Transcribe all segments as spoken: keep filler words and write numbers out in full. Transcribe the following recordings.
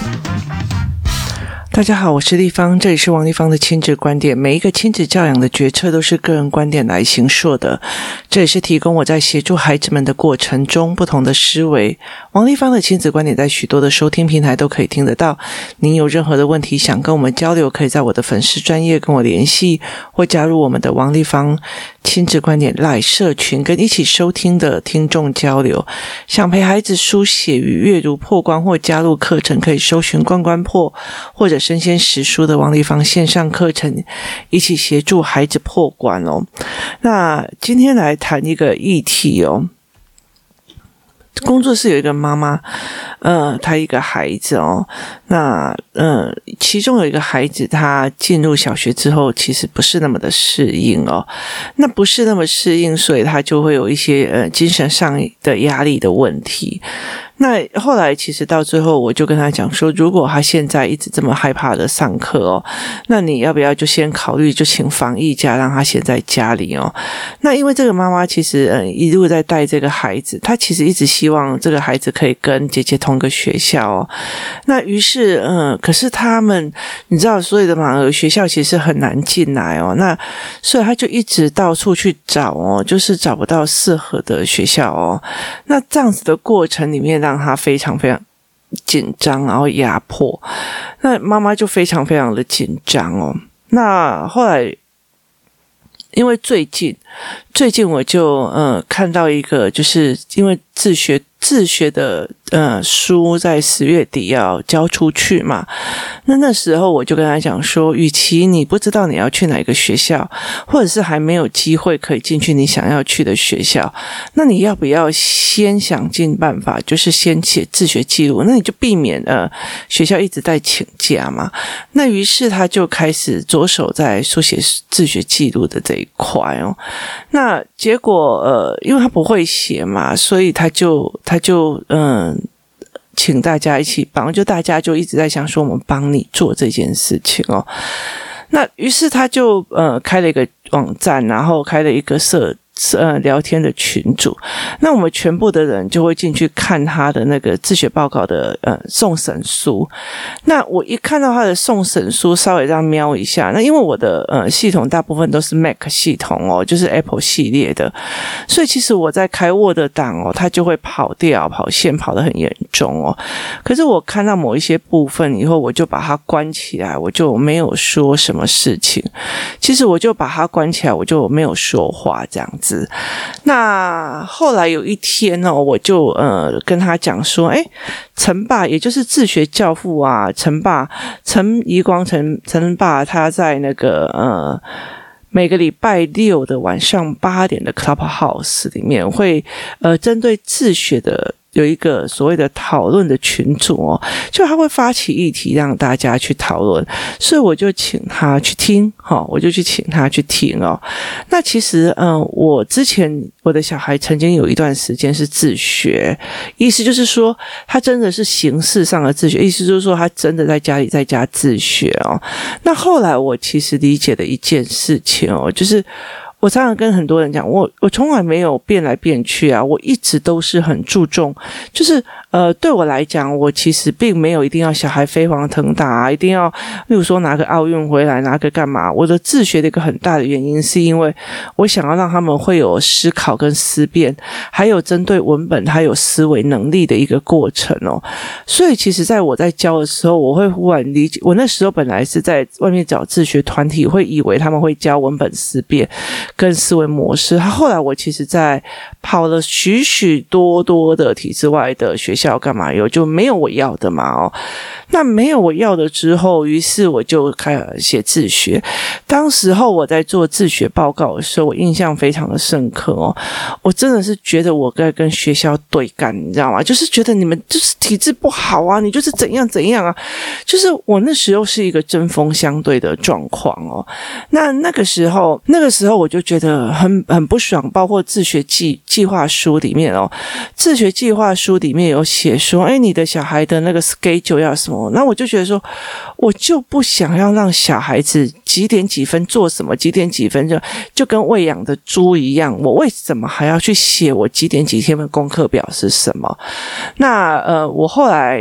大家好，我是丽芳，这里是王丽芳的亲子观点。每一个亲子教养的决策都是个人观点来形塑的，这也是提供我在协助孩子们的过程中不同的思维。王丽芳的亲子观点在许多的收听平台都可以听得到。您有任何的问题想跟我们交流，可以在我的粉丝专页跟我联系，或加入我们的王丽芳亲子观点 LINE 社群，跟一起收听的听众交流。想陪孩子书写与阅读破关或加入课程，可以搜寻关关破或者生鲜识书的王丽芳线上课程，一起协助孩子破关哦。那今天来谈一个议题哦。工作室有一个妈妈，呃，她一个孩子哦，那呃，其中有一个孩子，他进入小学之后，其实不是那么的适应哦，那不是那么适应，所以他就会有一些呃精神上的压力的问题。那后来其实到最后我就跟他讲说，如果他现在一直这么害怕的上课哦，那你要不要就先考虑就请防疫假让他先在家里哦。那因为这个妈妈其实嗯一路在带这个孩子，她其实一直希望这个孩子可以跟姐姐同个学校哦。那于是嗯可是他们你知道所有的盲儿学校其实很难进来哦，那所以他就一直到处去找哦，就是找不到适合的学校哦。那这样子的过程里面让他非常非常紧张，然后压迫，那妈妈就非常非常的紧张哦。那后来因为最近最近我就呃看到一个，就是因为自学自学的呃书在十月底要交出去嘛，那那时候我就跟他讲说，与其你不知道你要去哪个学校，或者是还没有机会可以进去你想要去的学校，那你要不要先想尽办法，就是先写自学记录，那你就避免呃学校一直在请假嘛。那于是他就开始着手在书写自学记录的这一块哦。那结果呃因为他不会写嘛，所以他就他就嗯请大家一起帮，就大家就一直在想说我们帮你做这件事情哦。那于是他就呃开了一个网站，然后开了一个社呃聊天的群组，那我们全部的人就会进去看他的那个自学报告的呃送审书。那我一看到他的送审书，稍微这样瞄一下，那因为我的呃系统大部分都是 Mac 系统哦，就是 Apple 系列的，所以其实我在开 Word 档哦，它就会跑掉跑线跑得很严重哦。可是我看到某一些部分以后，我就把它关起来，我就没有说什么事情。其实我就把它关起来，我就没有说话这样子。那后来有一天呢、哦，我就呃跟他讲说，诶，陈爸也就是自学教父啊，陈爸陈怡光陈陈爸他在那个呃每个礼拜六的晚上八点的 Clubhouse 里面会呃针对自学的有一个所谓的讨论的群组哦，就他会发起议题让大家去讨论，所以我就请他去听，哈、哦，我就去请他去听哦。那其实，嗯，我之前我的小孩曾经有一段时间是自学，意思就是说他真的是形式上的自学，意思就是说他真的在家里在家自学哦。那后来我其实理解的一件事情哦，就是我常常跟很多人讲，我我从来没有变来变去啊，我一直都是很注重，就是呃，对我来讲，我其实并没有一定要小孩飞黄腾达啊，一定要，例如说拿个奥运回来，拿个干嘛？我的自学的一个很大的原因，是因为我想要让他们会有思考跟思辨，还有针对文本他有思维能力的一个过程哦。所以其实在我在教的时候，我会忽然理解，我那时候本来是在外面找自学团体，会以为他们会教文本思辨跟思维模式。后来我其实在跑了许许多多的体制外的学校干嘛有，就没有我要的嘛哦。那没有我要的之后，于是我就开始写自学。当时候我在做自学报告的时候，我印象非常的深刻哦。我真的是觉得我在跟学校对干，你知道吗？就是觉得你们就是体制不好啊，你就是怎样怎样啊。就是我那时候是一个针锋相对的状况哦。那那个时候，那个时候我就觉得很很不爽，包括自学计计划书里面哦，自学计划书里面有写说，哎，你的小孩的那个 schedule 要什么？那我就觉得说，我就不想要让小孩子几点几分做什么，几点几分就就跟喂养的猪一样，我为什么还要去写我几点几天的功课表是什么？那呃，我后来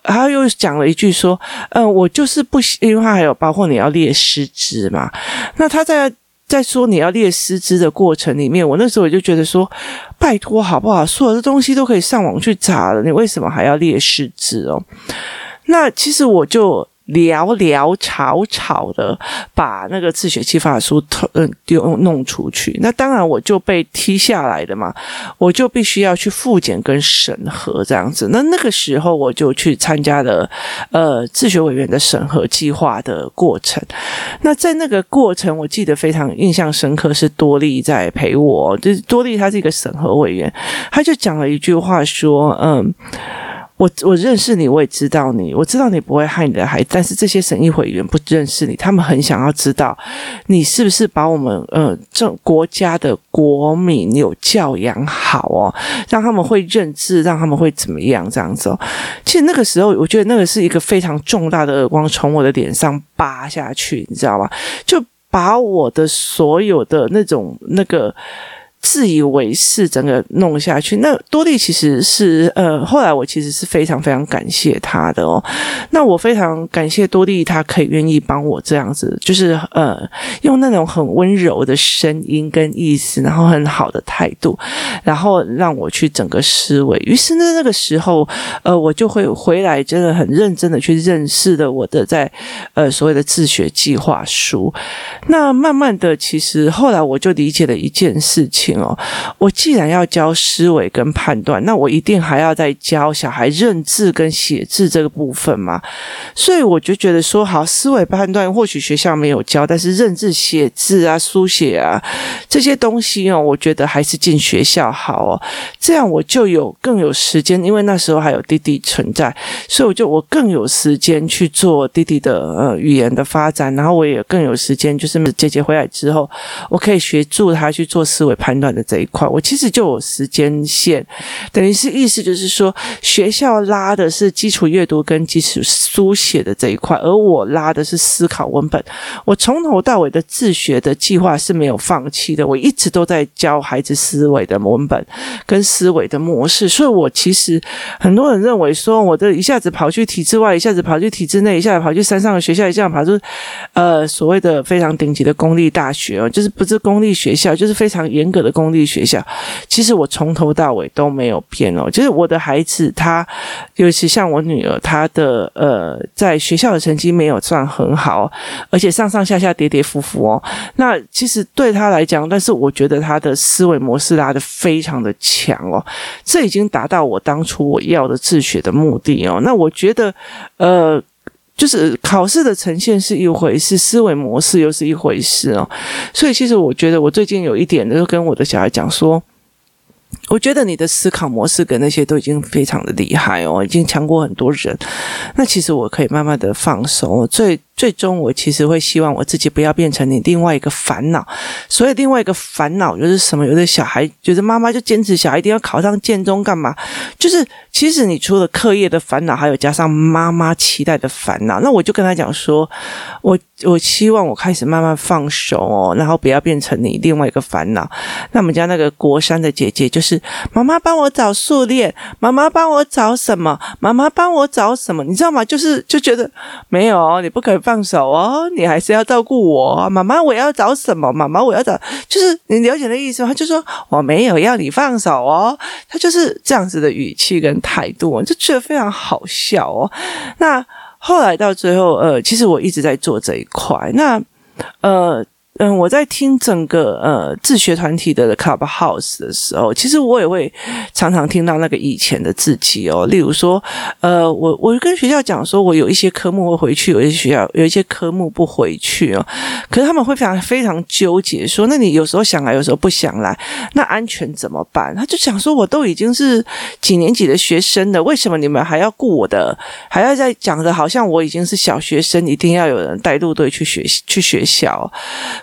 他又讲了一句说，嗯，我就是不喜，因为他还有包括你要列师资嘛，那他在在说你要列师资的过程里面，我那时候我就觉得说，拜托好不好，所有的东西都可以上网去查了，你为什么还要列师资哦？那其实我就潦潦草草的把那个自学计划书嗯丢弄出去，那当然我就被踢下来的嘛，我就必须要去复检跟审核这样子。那那个时候我就去参加了呃自学委员的审核计划的过程。那在那个过程，我记得非常印象深刻，是多莉在陪我，就是多莉她是一个审核委员，她就讲了一句话说，嗯。我我认识你，我也知道你，我知道你不会害你的孩子，但是这些审议委员不认识你，他们很想要知道你是不是把我们呃这国家的国民有教养好哦，让他们会认字，让他们会怎么样这样子哦。其实那个时候，我觉得那个是一个非常重大的耳光从我的脸上扒下去，你知道吗？就把我的所有的那种那个。自以为是整个弄下去，那多莉其实是呃，后来我其实是非常非常感谢他的哦。那我非常感谢多莉，他可以愿意帮我这样子，就是呃，用那种很温柔的声音跟意思，然后很好的态度，然后让我去整个思维。于是呢，那个时候呃，我就会回来，真的很认真的去认识了我的在呃所谓的自学计划书。那慢慢的，其实后来我就理解了一件事情。我既然要教思维跟判断，那我一定还要再教小孩认字跟写字这个部分嘛。所以我就觉得说，好，思维判断或许学校没有教，但是认字写字啊、书写啊这些东西哦，我觉得还是进学校好哦。这样我就有更有时间，因为那时候还有弟弟存在，所以我就我更有时间去做弟弟的呃语言的发展，然后我也更有时间，就是姐姐回来之后，我可以协助他去做思维判断的这一块，我其实就有时间线，等于是意思就是说，学校拉的是基础阅读跟基础书写的这一块，而我拉的是思考文本。我从头到尾的自学的计划是没有放弃的，我一直都在教孩子思维的文本跟思维的模式。所以我其实很多人认为说，我的一下子跑去体制外，一下子跑去体制内，一下子跑去山上的学校，一下子跑出呃所谓的非常顶级的公立大学哦，就是不是公立学校，就是非常严格的公立学校，其实我从头到尾都没有变哦。就是我的孩子他，尤其像我女儿，她的呃在学校的成绩没有算很好，而且上上下下跌跌伏伏哦。那其实对她来讲，但是我觉得她的思维模式拉得非常的强哦，这已经达到我当初我要的自学的目的哦。那我觉得呃。就是考试的呈现是一回事，思维模式又是一回事哦。所以其实我觉得我最近有一点就跟我的小孩讲说，我觉得你的思考模式跟那些都已经非常的厉害哦，已经强过很多人。那其实我可以慢慢的放手，最最终我其实会希望我自己不要变成你另外一个烦恼。所以另外一个烦恼就是什么？有的小孩觉得妈妈就坚持小孩一定要考上建中干嘛？就是其实你除了课业的烦恼，还有加上妈妈期待的烦恼。那我就跟他讲说，我我希望我开始慢慢放手哦，然后不要变成你另外一个烦恼。那我们家那个国山的姐姐就是妈妈帮我找数列，妈妈帮我找什么，妈妈帮我找什么，你知道吗？就是就觉得没有，你不可以放手哦，你还是要照顾我。妈妈我要找什么？妈妈我要找，就是你了解的意思吗？他就说我没有要你放手哦，他就是这样子的语气跟态度，我就觉得非常好笑哦。那后来到最后，呃，其实我一直在做这一块。那呃。嗯，我在听整个呃自学团体的 Clubhouse 的时候，其实我也会常常听到那个以前的自己哦。例如说，呃，我我跟学校讲说，我有一些科目会回去，有一些学校有一些科目不回去哦。可是他们会非常非常纠结，说，那你有时候想来，有时候不想来，那安全怎么办？他就想说，我都已经是几年级的学生了，为什么你们还要顾我的，还要再讲的好像我已经是小学生，一定要有人带路队去学去学校。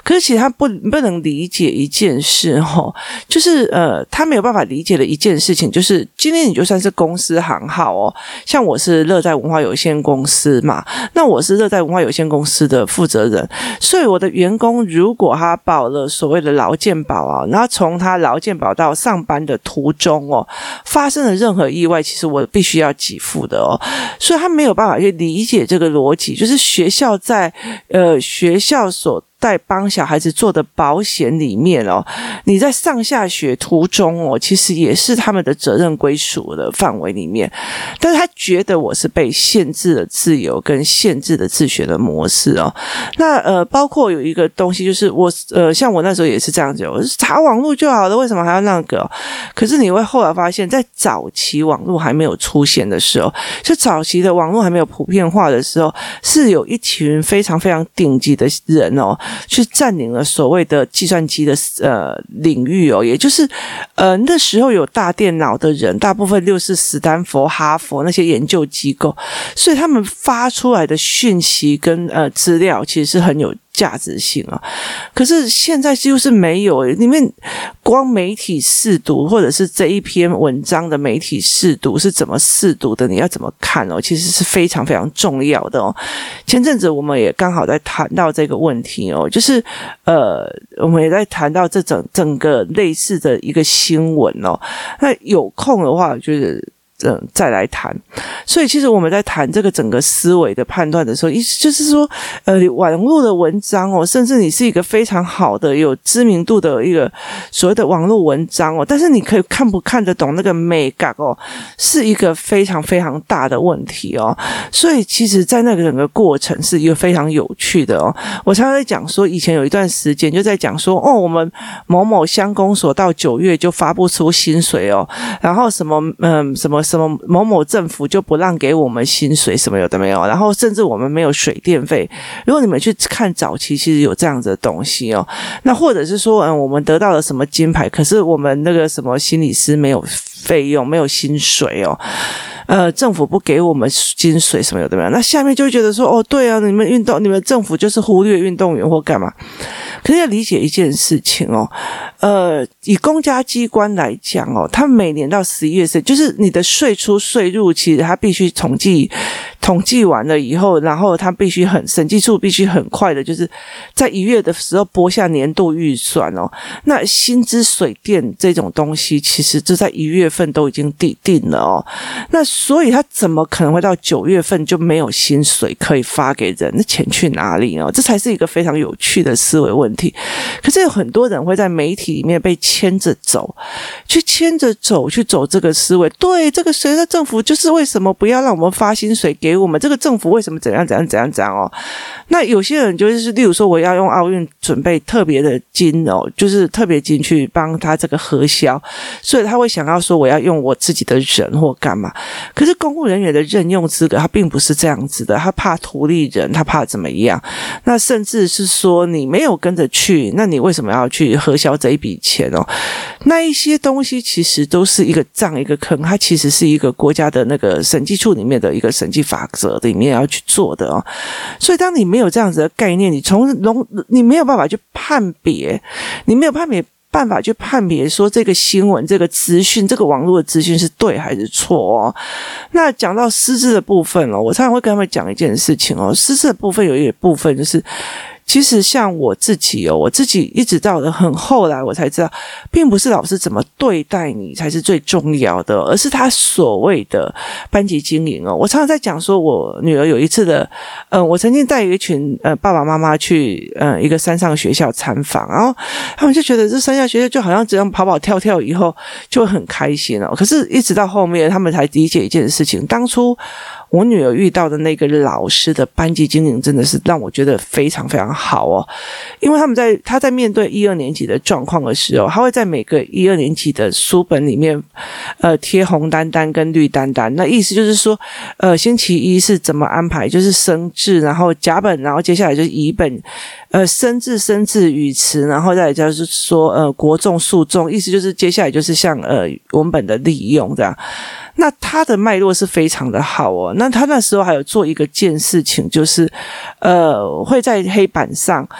可是其实他不不能理解一件事哦，就是呃，他没有办法理解的一件事情，就是今天你就算是公司行号哦，像我是乐在文化有限公司嘛，那我是乐在文化有限公司的负责人，所以我的员工如果他保了所谓的劳健保啊，然后从他劳健保到上班的途中哦，发生了任何意外，其实我必须要给付的哦，所以他没有办法去理解这个逻辑，就是学校在呃学校所在帮小孩子做的保险里面哦，你在上下学途中哦，其实也是他们的责任归属的范围里面，但是他觉得我是被限制了自由跟限制了自学的模式哦。那呃，包括有一个东西就是我呃，像我那时候也是这样子，我是查网络就好了，为什么还要那个、哦？可是你会后来发现，在早期网络还没有出现的时候，就早期的网络还没有普遍化的时候，是有一群非常非常顶级的人哦。去占领了所谓的计算机的呃领域哦，也就是呃那时候有大电脑的人，大部分就是斯坦福、哈佛那些研究机构，所以他们发出来的讯息跟呃资料其实是很有价值性啊，可是现在几乎是没有，里面光媒体识读或者是这一篇文章的媒体识读是怎么识读的，你要怎么看哦，其实是非常非常重要的哦。前阵子我们也刚好在谈到这个问题哦，就是呃，我们也在谈到这整整个类似的一个新闻哦，那有空的话就是嗯，再来谈。所以其实我们在谈这个整个思维的判断的时候，意思就是说呃，网络的文章哦，甚至你是一个非常好的有知名度的一个所谓的网络文章哦，但是你可以看不看得懂那个美感哦，是一个非常非常大的问题哦。所以其实在那个整个过程是一个非常有趣的哦。我常常在讲说，以前有一段时间就在讲说哦，我们某某乡公所到九月就发不出薪水哦，然后什么嗯什么什么某某政府就不让给我们薪水，什么有的没有，然后甚至我们没有水电费。如果你们去看早期，其实有这样子的东西哦。那或者是说，嗯，我们得到了什么金牌，可是我们那个什么心理师没有费用，没有薪水哦。呃，政府不给我们薪水什么有的没有，那下面就会觉得说，哦，对啊，你们运动，你们政府就是忽略运动员或干嘛？可是要理解一件事情哦，呃，以公家机关来讲哦，他每年到十一月份，就是你的税出税入，其实他必须统计。统计完了以后，然后他必须很审计处必须很快的，就是在一月的时候拨下年度预算哦。那薪资、水电这种东西，其实就在一月份都已经定定了哦。那所以他怎么可能会到九月份就没有薪水可以发给人？那钱去哪里呢？这才是一个非常有趣的思维问题。可是有很多人会在媒体里面被牵着走，去牵着走，去走这个思维。对，这个谁的政府就是为什么不要让我们发薪水给我们这个政府为什么怎样怎样怎样怎样哦？那有些人就是例如说我要用奥运准备特别的金哦，就是特别金去帮他这个核销，所以他会想要说我要用我自己的人或干嘛。可是公务人员的任用资格他并不是这样子的，他怕图利人，他怕怎么样？那甚至是说你没有跟着去，那你为什么要去核销这一笔钱哦？那一些东西其实都是一个账一个坑，它其实是一个国家的那个审计处里面的一个审计法则里面要去做的哦。所以当你没有这样子的概念，你从容你没有办法去判别，你没有判别办法去判别说这个新闻这个资讯这个网络的资讯是对还是错哦。那讲到师资的部分哦，我常常会跟他们讲一件事情哦，师资的部分有一个部分就是其实像我自己哦，我自己一直到了很后来我才知道，并不是老师怎么对待你才是最重要的，而是他所谓的班级经营哦。我常常在讲说，我女儿有一次的，呃，我曾经带一群呃爸爸妈妈去呃一个山上学校参访，然后他们就觉得这山下学校就好像这样跑跑跳跳以后就会很开心哦。可是一直到后面他们才理解一件事情，当初我女儿遇到的那个老师的班级经营真的是让我觉得非常非常好哦，因为他们在他在面对一二年级的状况的时候，他会在每个一二年级的书本里面呃贴红单单跟绿单单，那意思就是说呃星期一是怎么安排，就是生字，然后甲本，然后接下来就是乙本，呃生字生字语词，然后再来就是说呃国中数中，意思就是接下来就是像呃文本的利用这样。那他的脉络是非常的好哦。那他那时候还有做一个件事情，就是呃会在黑板上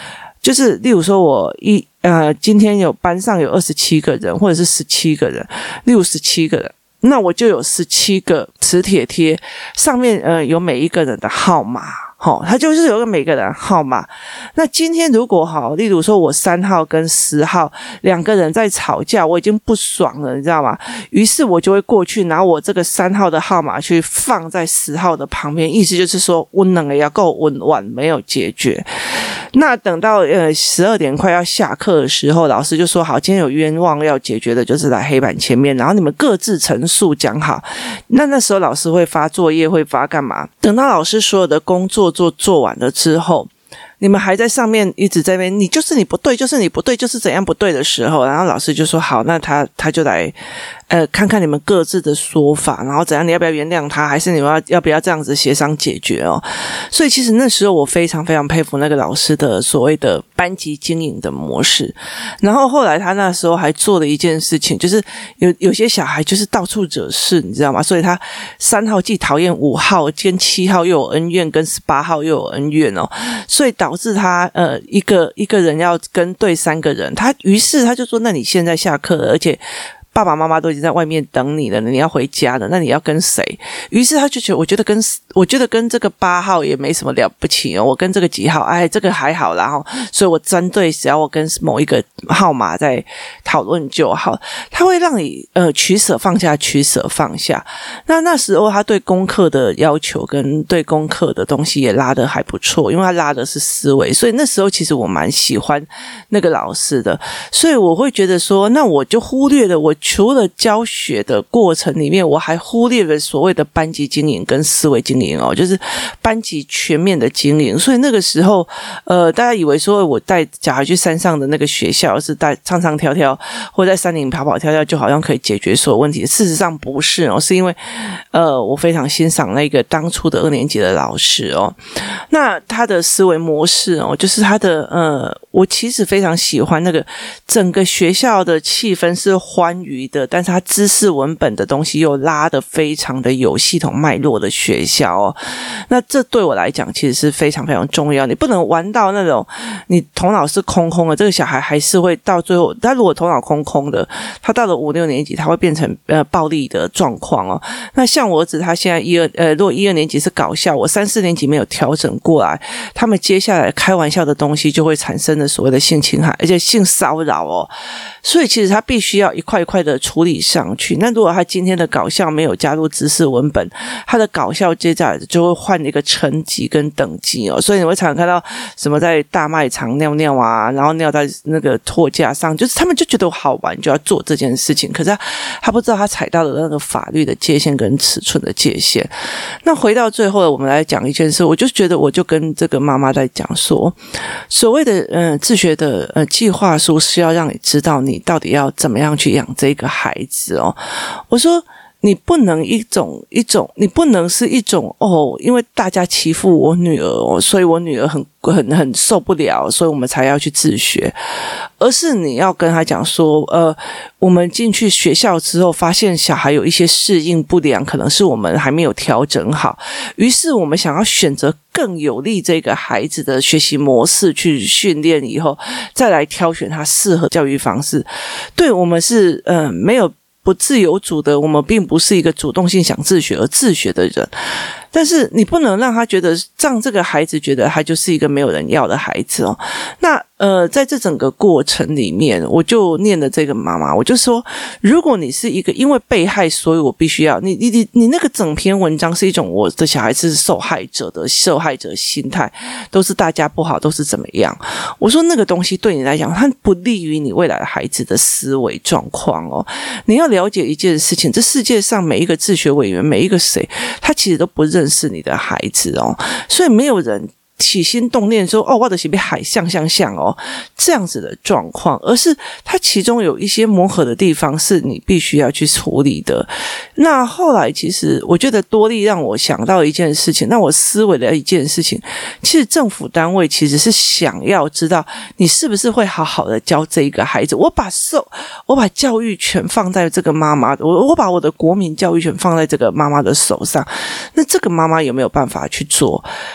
就是例如说我一呃今天有班上有二十七个人，或者是十七个人，例如十七个人，那我就有十七个磁铁贴，上面呃有每一个人的号码。好、哦，他就是有个每个人号码。那今天如果好，例如说我三号跟十号两个人在吵架，我已经不爽了，你知道吗？于是我就会过去拿我这个三号的号码去放在十号的旁边，意思就是说温冷也要够温婉，没有解决。那等到呃十二点快要下课的时候，老师就说好，今天有冤枉要解决的，就是来黑板前面，然后你们各自陈述讲好。那那时候老师会发作业，会发干嘛？等到老师所有的工作做做完了之后，你们还在上面一直在那边，你就是你不对，就是你不对，就是怎样不对的时候，然后老师就说好，那他他就来呃看看你们各自的说法，然后怎样，你要不要原谅他，还是你们要要不要这样子协商解决哦？所以其实那时候我非常非常佩服那个老师的所谓的班级经营的模式。然后后来他那时候还做了一件事情，就是有有些小孩就是到处惹事，你知道吗？所以他三号既讨厌五号，跟七号又有恩怨，跟十八号又有恩怨哦，所以导致他呃一个一个人要跟对三个人，他于是他就说，那你现在下课了，而且爸爸妈妈都已经在外面等你了，你要回家了，那你要跟谁？于是他就觉得，我觉得跟我觉得跟这个八号也没什么了不起哦，我跟这个几号，哎，这个还好啦齁，所以我针对只要我跟某一个号码在讨论就好。他会让你呃取舍放下，取舍放下。那那时候他对功课的要求跟对功课的东西也拉得还不错，因为他拉的是思维，所以那时候其实我蛮喜欢那个老师的，所以我会觉得说，那我就忽略了我。除了教学的过程里面，我还忽略了所谓的班级经营跟思维经营哦，就是班级全面的经营。所以那个时候，呃，大家以为说我带小孩去山上的那个学校是带唱唱跳跳，或在山林跑跑跳跳，就好像可以解决所有问题。事实上不是哦，是因为呃，我非常欣赏那个当初的二年级的老师哦，那他的思维模式哦，就是他的呃，我其实非常喜欢那个整个学校的气氛是欢愉的，但是他知识文本的东西又拉得非常的有系统脉络的学校哦，那这对我来讲其实是非常非常重要。你不能玩到那种你头脑是空空的，这个小孩还是会到最后，他如果头脑空空的，他到了五六年级他会变成呃暴力的状况哦。那像我儿子他现在一二呃，如果一二年级是搞笑，我三四年级没有调整过来，他们接下来开玩笑的东西就会产生的所谓的性侵害，而且性骚扰哦。所以其实他必须要一块一块的处理上去。那如果他今天的搞笑没有加入知识文本，他的搞笑接下来就会换一个层级跟等级哦。所以你会常常看到什么在大卖场尿尿啊，然后尿在那个货架上，就是他们就觉得好玩，就要做这件事情。可是他他不知道他踩到了那个法律的界限跟尺寸的界限。那回到最后，我们来讲一件事，我就觉得我就跟这个妈妈在讲说，所谓的呃自学的呃计划书是要让你知道你到底要怎么样去养这个孩子哦。我说你不能一种一种，你不能是一种哦，因为大家欺负我女儿哦，所以我女儿很很很受不了，所以我们才要去自学。而是你要跟他讲说，呃，我们进去学校之后，发现小孩有一些适应不良，可能是我们还没有调整好，于是我们想要选择更有利这个孩子的学习模式去训练以后，再来挑选他适合教育方式。对，我们是呃没有不自由主的，我们并不是一个主动性想自学而自学的人，但是你不能让他觉得让这个孩子觉得他就是一个没有人要的孩子哦。那呃，在这整个过程里面，我就念了这个妈妈，我就说，如果你是一个因为被害，所以我必须要你你你你那个整篇文章是一种我的小孩子是受害者的受害者心态，都是大家不好，都是怎么样？我说那个东西对你来讲，它不利于你未来的孩子的思维状况哦。你要了解一件事情，这世界上每一个自学委员，每一个谁，他其实都不认识你的孩子哦，所以没有人起心动念说哦，我的是被海像像像哦这样子的状况，而是它其中有一些磨合的地方是你必须要去处理的。那后来其实我觉得多利让我想到一件事情，让我思维的一件事情，其实政府单位其实是想要知道你是不是会好好的教这一个孩子。我把受我把教育权放在这个妈妈，我我把我的国民教育权放在这个妈妈的手上，那这个妈妈有没有办法去做？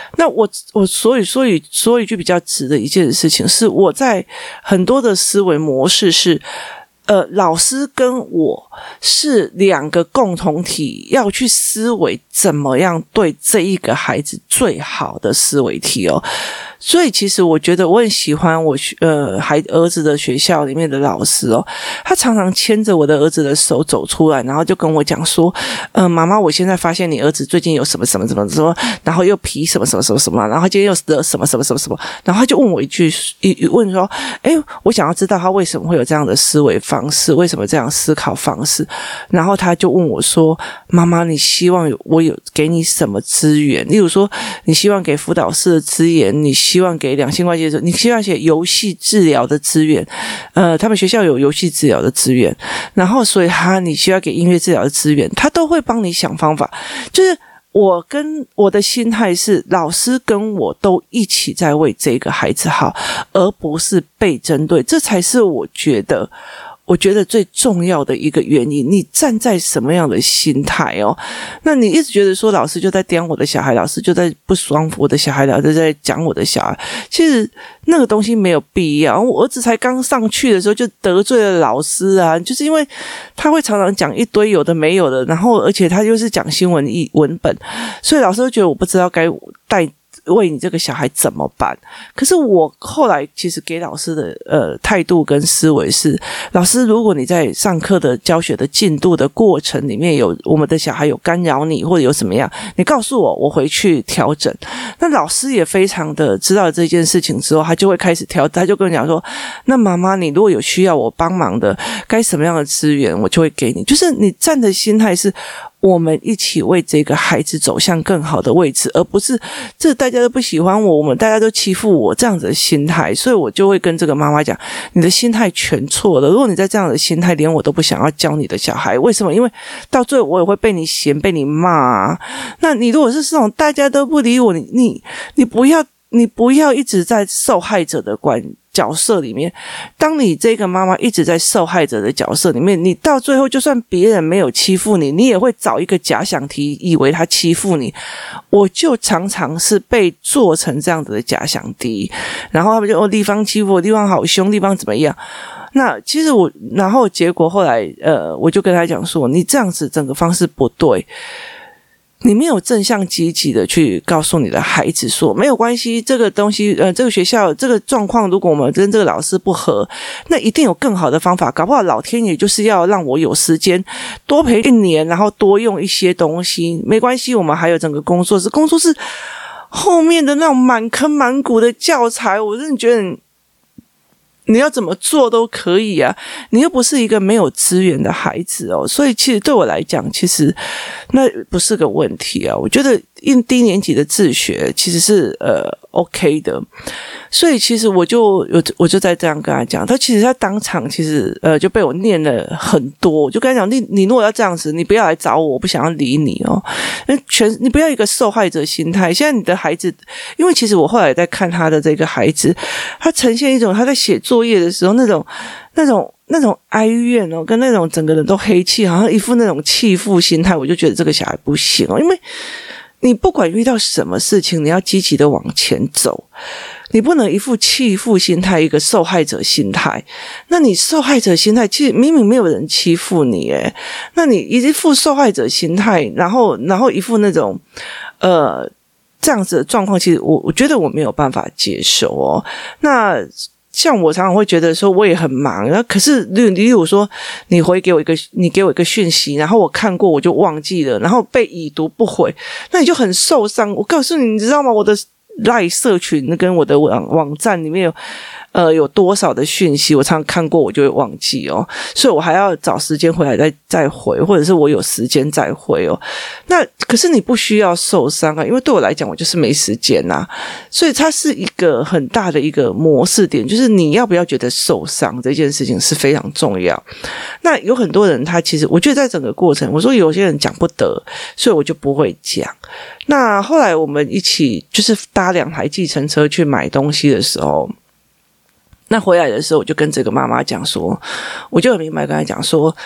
那我我所以所以说一句比较直的一件事情是，我在很多的思维模式是。呃，老师跟我是两个共同体，要去思维怎么样对这一个孩子最好的思维体哦。所以其实我觉得我很喜欢我呃孩儿子的学校里面的老师哦，他常常牵着我的儿子的手走出来，然后就跟我讲说，呃，妈妈，我现在发现你儿子最近有什么什么什么什么，然后又皮什么什么什么什么，然后今天又得什么什么什么什么，然后他就问我一句，一问说，诶，我想要知道他为什么会有这样的思维方式，为什么这样思考方式，然后他就问我说，妈妈，你希望我有给你什么资源？例如说，你希望给辅导室的资源，你希望给两性关系的，你希望写游戏治疗的资源，呃，他们学校有游戏治疗的资源，然后所以他你需要给音乐治疗的资源，他都会帮你想方法。就是我跟我的心态是，老师跟我都一起在为这个孩子好，而不是被针对，这才是我觉得。我觉得最重要的一个原因，你站在什么样的心态哦？那你一直觉得说老师就在刁我的小孩，老师就在不爽我的小孩，老师在讲我的小孩，其实那个东西没有必要。我儿子才刚上去的时候就得罪了老师啊，就是因为他会常常讲一堆有的没有的，然后而且他又是讲新闻译文本，所以老师都觉得我不知道该带为你这个小孩怎么办？可是我后来其实给老师的呃态度跟思维是，老师，如果你在上课的教学的进度的过程里面有我们的小孩有干扰你，或者有什么样，你告诉我，我回去调整。那老师也非常的知道这件事情之后，他就会开始调，他就跟我讲说，那妈妈，你如果有需要我帮忙的，该什么样的资源，我就会给你。就是你站的心态是，我们一起为这个孩子走向更好的位置，而不是这大家都不喜欢我，我们大家都欺负我这样子的心态。所以我就会跟这个妈妈讲，你的心态全错了。如果你在这样的心态，连我都不想要教你的小孩，为什么？因为到最后我也会被你嫌，被你骂啊。那你如果是这种大家都不理我，你你你不要你不要一直在受害者的观角色里面，当你这个妈妈一直在受害者的角色里面，你到最后就算别人没有欺负你，你也会找一个假想敌，以为他欺负你。我就常常是被做成这样子的假想敌，然后他们就哦，地方欺负我，地方好凶，地方怎么样。那其实我，然后结果后来呃，我就跟他讲说，你这样子整个方式不对，你没有正向积极的去告诉你的孩子说，没有关系，这个东西呃，这个学校这个状况，如果我们跟这个老师不合，那一定有更好的方法，搞不好老天爷就是要让我有时间多陪一年，然后多用一些东西，没关系，我们还有整个工作室，工作室后面的那种满坑满谷的教材，我真的觉得你要怎么做都可以啊，你又不是一个没有资源的孩子哦，所以其实对我来讲，其实那不是个问题啊。我觉得低年级的自学其实是呃 OK 的，所以其实我就有我就在这样跟他讲，他其实他当场其实呃就被我念了很多，我就跟他讲，你你如果要这样子，你不要来找我，我不想要理你哦，全你不要一个受害者心态。现在你的孩子，因为其实我后来在看他的这个孩子，他呈现一种他在写作业的时候那种那种那种哀怨哦，跟那种整个人都黑气，好像一副那种弃妇心态，我就觉得这个小孩不行哦，因为你不管遇到什么事情，你要积极的往前走，你不能一副弃妇心态，一个受害者心态。那你受害者心态，其实明明没有人欺负你，诶，那你一副受害者心态，然后然后一副那种呃这样子的状况，其实我我觉得我没有办法接受哦。那像我常常会觉得说我也很忙，然后可是例如说你回给我一个你给我一个讯息，然后我看过我就忘记了，然后被已读不回，那你就很受伤。我告诉你，你知道吗？我的赖社群跟我的网网站里面有呃有多少的讯息，我常常看过我就会忘记哦，所以我还要找时间回来再再回，或者是我有时间再回哦。那可是你不需要受伤啊，因为对我来讲我就是没时间呐、啊，所以它是一个很大的一个模式点，就是你要不要觉得受伤这件事情是非常重要。那有很多人他其实我觉得在整个过程，我说有些人讲不得，所以我就不会讲。那后来我们一起就是搭两台计程车去买东西的时候，那回来的时候我就跟这个妈妈讲说，我就很明白跟她讲说，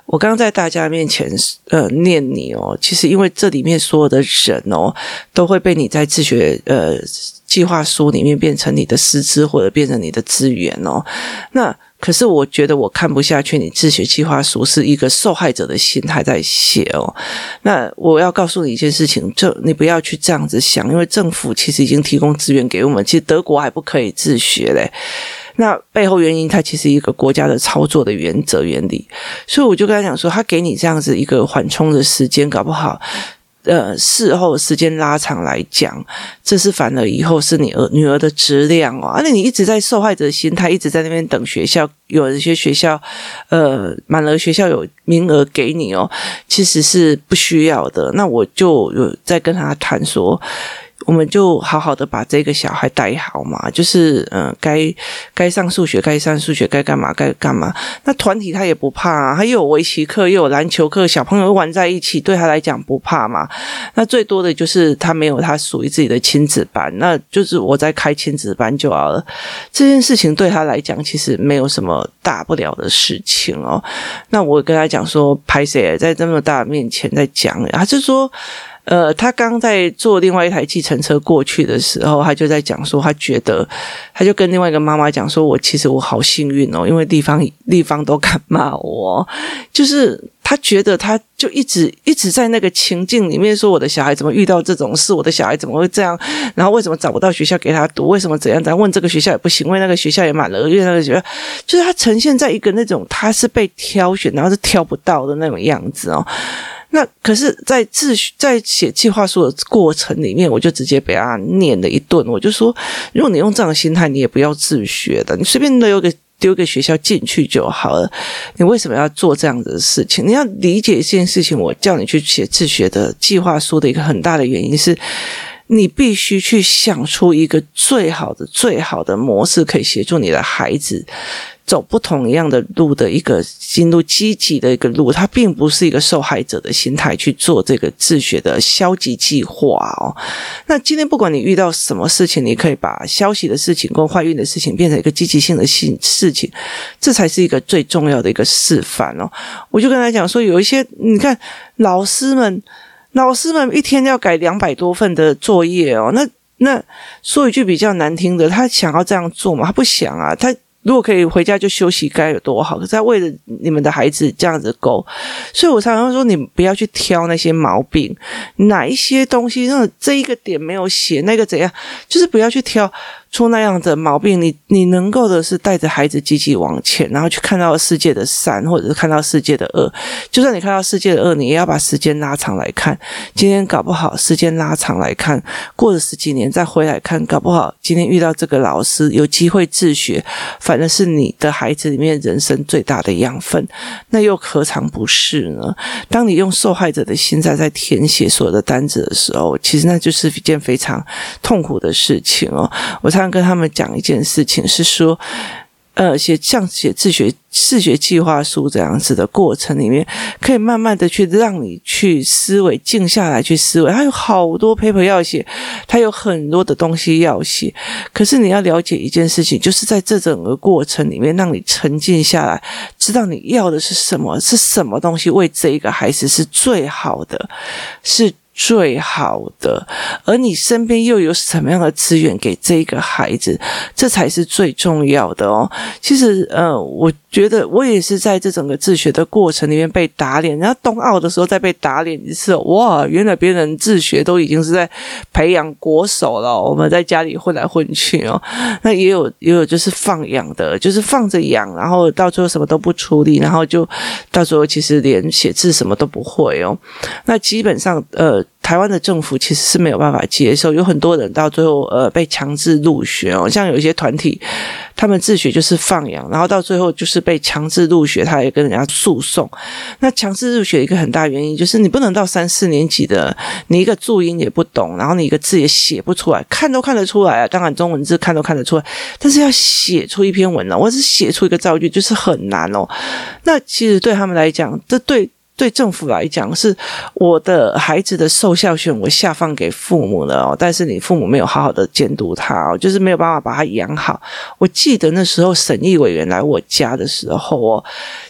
我刚刚在大家面前呃念你哦，其实因为这里面所有的人哦，都会被你在自学呃计划书里面变成你的师资或者变成你的资源哦。那可是我觉得我看不下去，你自学计划书是一个受害者的心态在写哦。那我要告诉你一件事情，就你不要去这样子想，因为政府其实已经提供资源给我们，其实德国还不可以自学嘞。那背后原因，它其实一个国家的操作的原则原理，所以我就跟他讲说，他给你这样子一个缓冲的时间，搞不好呃，事后时间拉长来讲，这是反而以后是你儿女儿的质量哦。而且你一直在受害者心态，一直在那边等学校，有一些学校，呃，满额学校有名额给你哦，其实是不需要的。那我就有在跟他谈说，我们就好好的把这个小孩带好嘛，就是嗯，该该上数学该上数学，该干嘛该干嘛。那团体他也不怕啊，他又有围棋课又有篮球课，小朋友玩在一起，对他来讲不怕嘛。那最多的就是他没有他属于自己的亲子班，那就是我在开亲子班就好了。这件事情对他来讲其实没有什么大不了的事情哦。那我跟他讲说，拍谁在这么大面前在讲，他就说呃，他刚在坐另外一台计程车过去的时候，他就在讲说，他觉得，他就跟另外一个妈妈讲说，我其实我好幸运哦，因为地方地方都敢骂我，就是他觉得他就一直一直在那个情境里面说，我的小孩怎么遇到这种事，我的小孩怎么会这样，然后为什么找不到学校给他读，为什么怎样，然后问这个学校也不行，问那个学校也满了，因为那个学校就是他呈现在一个那种他是被挑选，然后是挑不到的那种样子哦。那可是在自在写计划书的过程里面，我就直接被他念了一顿。我就说，如果你用这样的心态，你也不要自学的，你随便丢个丢个学校进去就好了。你为什么要做这样子的事情？你要理解一件事情，我叫你去写自学的计划书的一个很大的原因是，你必须去想出一个最好的最好的模式，可以协助你的孩子走不同一样的路的一个进入积极的一个路，它并不是一个受害者的心态去做这个自学的消极计划哦。那今天不管你遇到什么事情，你可以把消息的事情跟怀孕的事情变成一个积极性的事情，这才是一个最重要的一个示范哦。我就跟他讲说，有一些你看老师们老师们一天要改两百多份的作业哦，那那说一句比较难听的，他想要这样做吗？他不想啊，他如果可以回家就休息该有多好，可是他为了你们的孩子这样子勾，所以我常常说，你不要去挑那些毛病，哪一些东西那这一个点没有写，那个怎样，就是不要去挑出那样的毛病。你你能够的是带着孩子积极往前，然后去看到世界的善，或者是看到世界的恶。就算你看到世界的恶，你也要把时间拉长来看。今天搞不好时间拉长来看，过了十几年再回来看，搞不好今天遇到这个老师有机会自学，反正是你的孩子里面人生最大的养分，那又何尝不是呢？当你用受害者的心态在填写所有的单子的时候，其实那就是一件非常痛苦的事情哦。我常常跟他们讲一件事情是说，呃，写像写自学自学计划书这样子的过程里面，可以慢慢的去让你去思维，静下来去思维。它有好多 paper 要写，它有很多的东西要写，可是你要了解一件事情，就是在这整个过程里面，让你沉静下来，知道你要的是什么，是什么东西为这一个孩子是最好的，是最好的，而你身边又有什么样的资源给这个孩子，这才是最重要的哦。其实呃，我觉得我也是在这整个自学的过程里面被打脸，然后冬奥的时候再被打脸一次，哇，原来别人自学都已经是在培养国手了，我们在家里混来混去哦。那也有也有就是放养的，就是放着养，然后到最后什么都不处理，然后就到最后其实连写字什么都不会哦。那基本上呃台湾的政府其实是没有办法接受，有很多人到最后呃被强制入学哦，像有一些团体他们自学就是放养，然后到最后就是被强制入学，他也跟人家诉讼。那强制入学一个很大原因就是你不能到三四年级的，你一个注音也不懂，然后你一个字也写不出来，看都看得出来啊，当然中文字看都看得出来，但是要写出一篇文呢，或是写出一个造句就是很难哦。那其实对他们来讲，这对对政府来讲，是我的孩子的受教权我下放给父母了哦，但是你父母没有好好的监督他哦，就是没有办法把他养好。我记得那时候审议委员来我家的时候哦，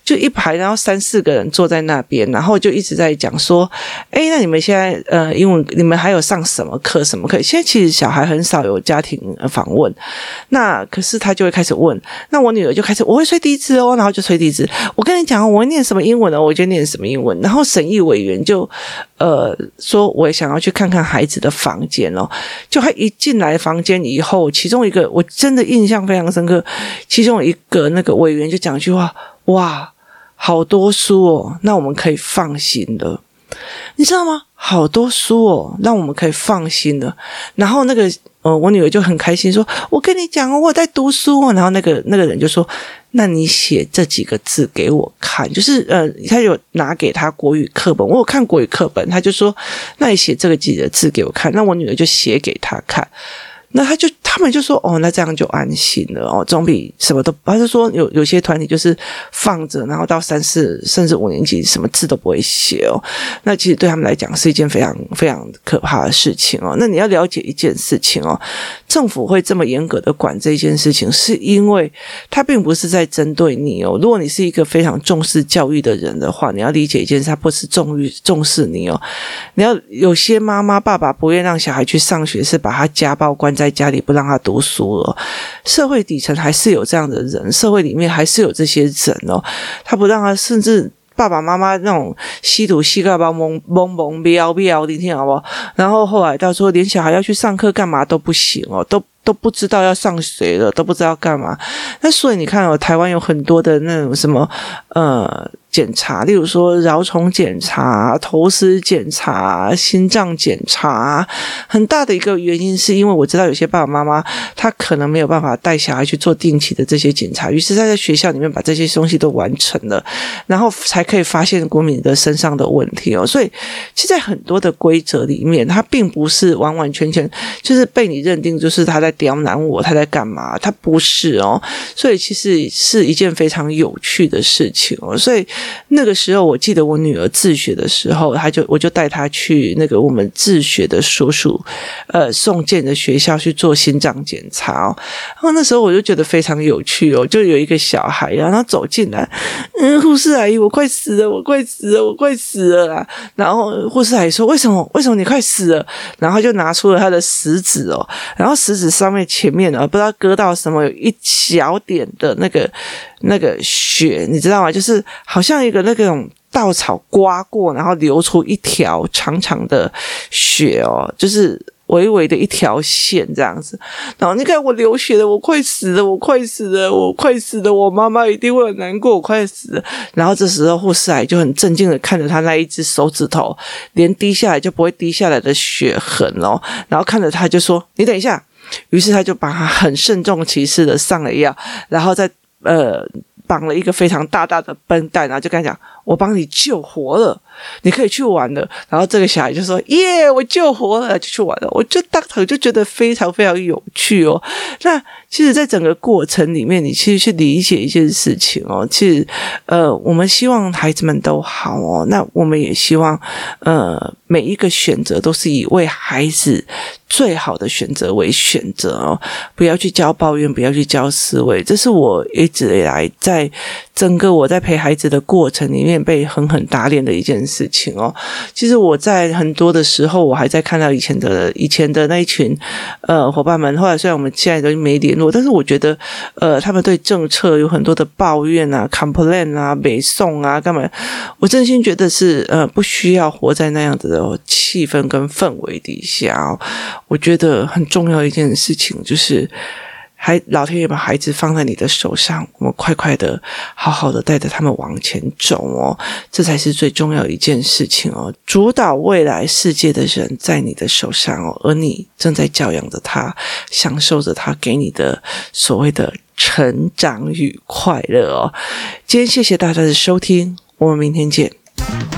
就一排，然后三四个人坐在那边，然后就一直在讲说，诶，那你们现在呃英文你们还有上什么课什么课？现在其实小孩很少有家庭访问，那可是他就会开始问，那我女儿就开始我会吹笛子哦，然后就吹笛子，我跟你讲我会念什么英文哦，我就念什么英文，然后审议委员就呃说我也想要去看看孩子的房间哦，就他一进来房间以后，其中一个我真的印象非常深刻，其中一个那个委员就讲一句话，哇，好多书哦，那我们可以放心了，你知道吗？好多书哦，让我们可以放心了。然后那个呃，我女儿就很开心说，我跟你讲哦，我在读书哦。然后那个那个人就说，那你写这几个字给我看，就是呃，他有拿给他国语课本，我有看国语课本，他就说，那你写这个几个字给我看，那我女儿就写给他看。那他就他们就说哦，那这样就安心了哦，总比什么都。他就说有有些团体就是放着，然后到三四甚至五年级什么字都不会写哦。那其实对他们来讲是一件非常非常可怕的事情哦。那你要了解一件事情哦，政府会这么严格的管这件事情，是因为他并不是在针对你哦。如果你是一个非常重视教育的人的话，你要理解一件事，他不是重于重视你哦。你要有些妈妈爸爸不愿让小孩去上学，是把他家暴关在家里不让他读书了。社会底层还是有这样的人，社会里面还是有这些人哦，他不让他，甚至爸爸妈妈那种吸毒吸到包懵懵懵飙飙，你听好不好？然后后来到时候连小孩要去上课干嘛都不行哦，都都不知道要上谁了，都不知道干嘛。那所以你看哦，台湾有很多的那种什么呃检查，例如说蛲虫检查、头丝检查、心脏检查，很大的一个原因是因为我知道有些爸爸妈妈他可能没有办法带小孩去做定期的这些检查，于是他在学校里面把这些东西都完成了，然后才可以发现国民的身上的问题哦。所以其实在很多的规则里面，他并不是完完全全就是被你认定就是他在刁难我，他在干嘛，他不是哦。所以其实是一件非常有趣的事情哦。所以那个时候我记得我女儿自学的时候，他就我就带她去那个我们自学的所属呃送件的学校去做心脏检查哦。然后那时候我就觉得非常有趣哦，就有一个小孩然后他走进来，嗯，护士阿姨我快死了我快死了我快死了啦。然后护士阿姨说为什么为什么你快死了？然后就拿出了他的食指哦，然后食指上面前面呢不知道割到什么有一小点的那个那个血，你知道吗？就是好像一个那种稻草刮过，然后流出一条长长的血哦，就是微微的一条线这样子。然后你看我流血了，我快死了，我快死了，我快死了，我妈妈一定会很难过，我快死了。然后这时候护士阿姨就很镇静的看着他那一只手指头，连滴下来就不会滴下来的血痕哦，然后看着他就说：“你等一下。”于是他就把他很慎重其事的上了药，然后再呃绑了一个非常大大的绷带，然后就跟他讲：“我帮你救活了，你可以去玩了。”然后这个小孩就说：“耶，我救活了，就去玩了。”我就当场就觉得非常非常有趣哦。那其实在整个过程里面，你其实去理解一件事情哦，其实呃我们希望孩子们都好哦，那我们也希望呃每一个选择都是以为孩子最好的选择为选择哦，不要去教抱怨，不要去教思维，这是我一直以来在整个我在陪孩子的过程里面被狠狠打脸的一件事情哦。其实我在很多的时候，我还在看到以前的以前的那一群呃伙伴们，后来虽然我们现在都没联络，但是我觉得呃他们对政策有很多的抱怨啊 complain 啊北宋啊干嘛，我真心觉得是呃不需要活在那样子的气氛跟氛围底下哦。我觉得很重要的一件事情就是还老天爷把孩子放在你的手上，我们快快的好好的带着他们往前走哦，这才是最重要的一件事情哦。主导未来世界的人在你的手上哦，而你正在教养着他，享受着他给你的所谓的成长与快乐哦。今天谢谢大家的收听，我们明天见。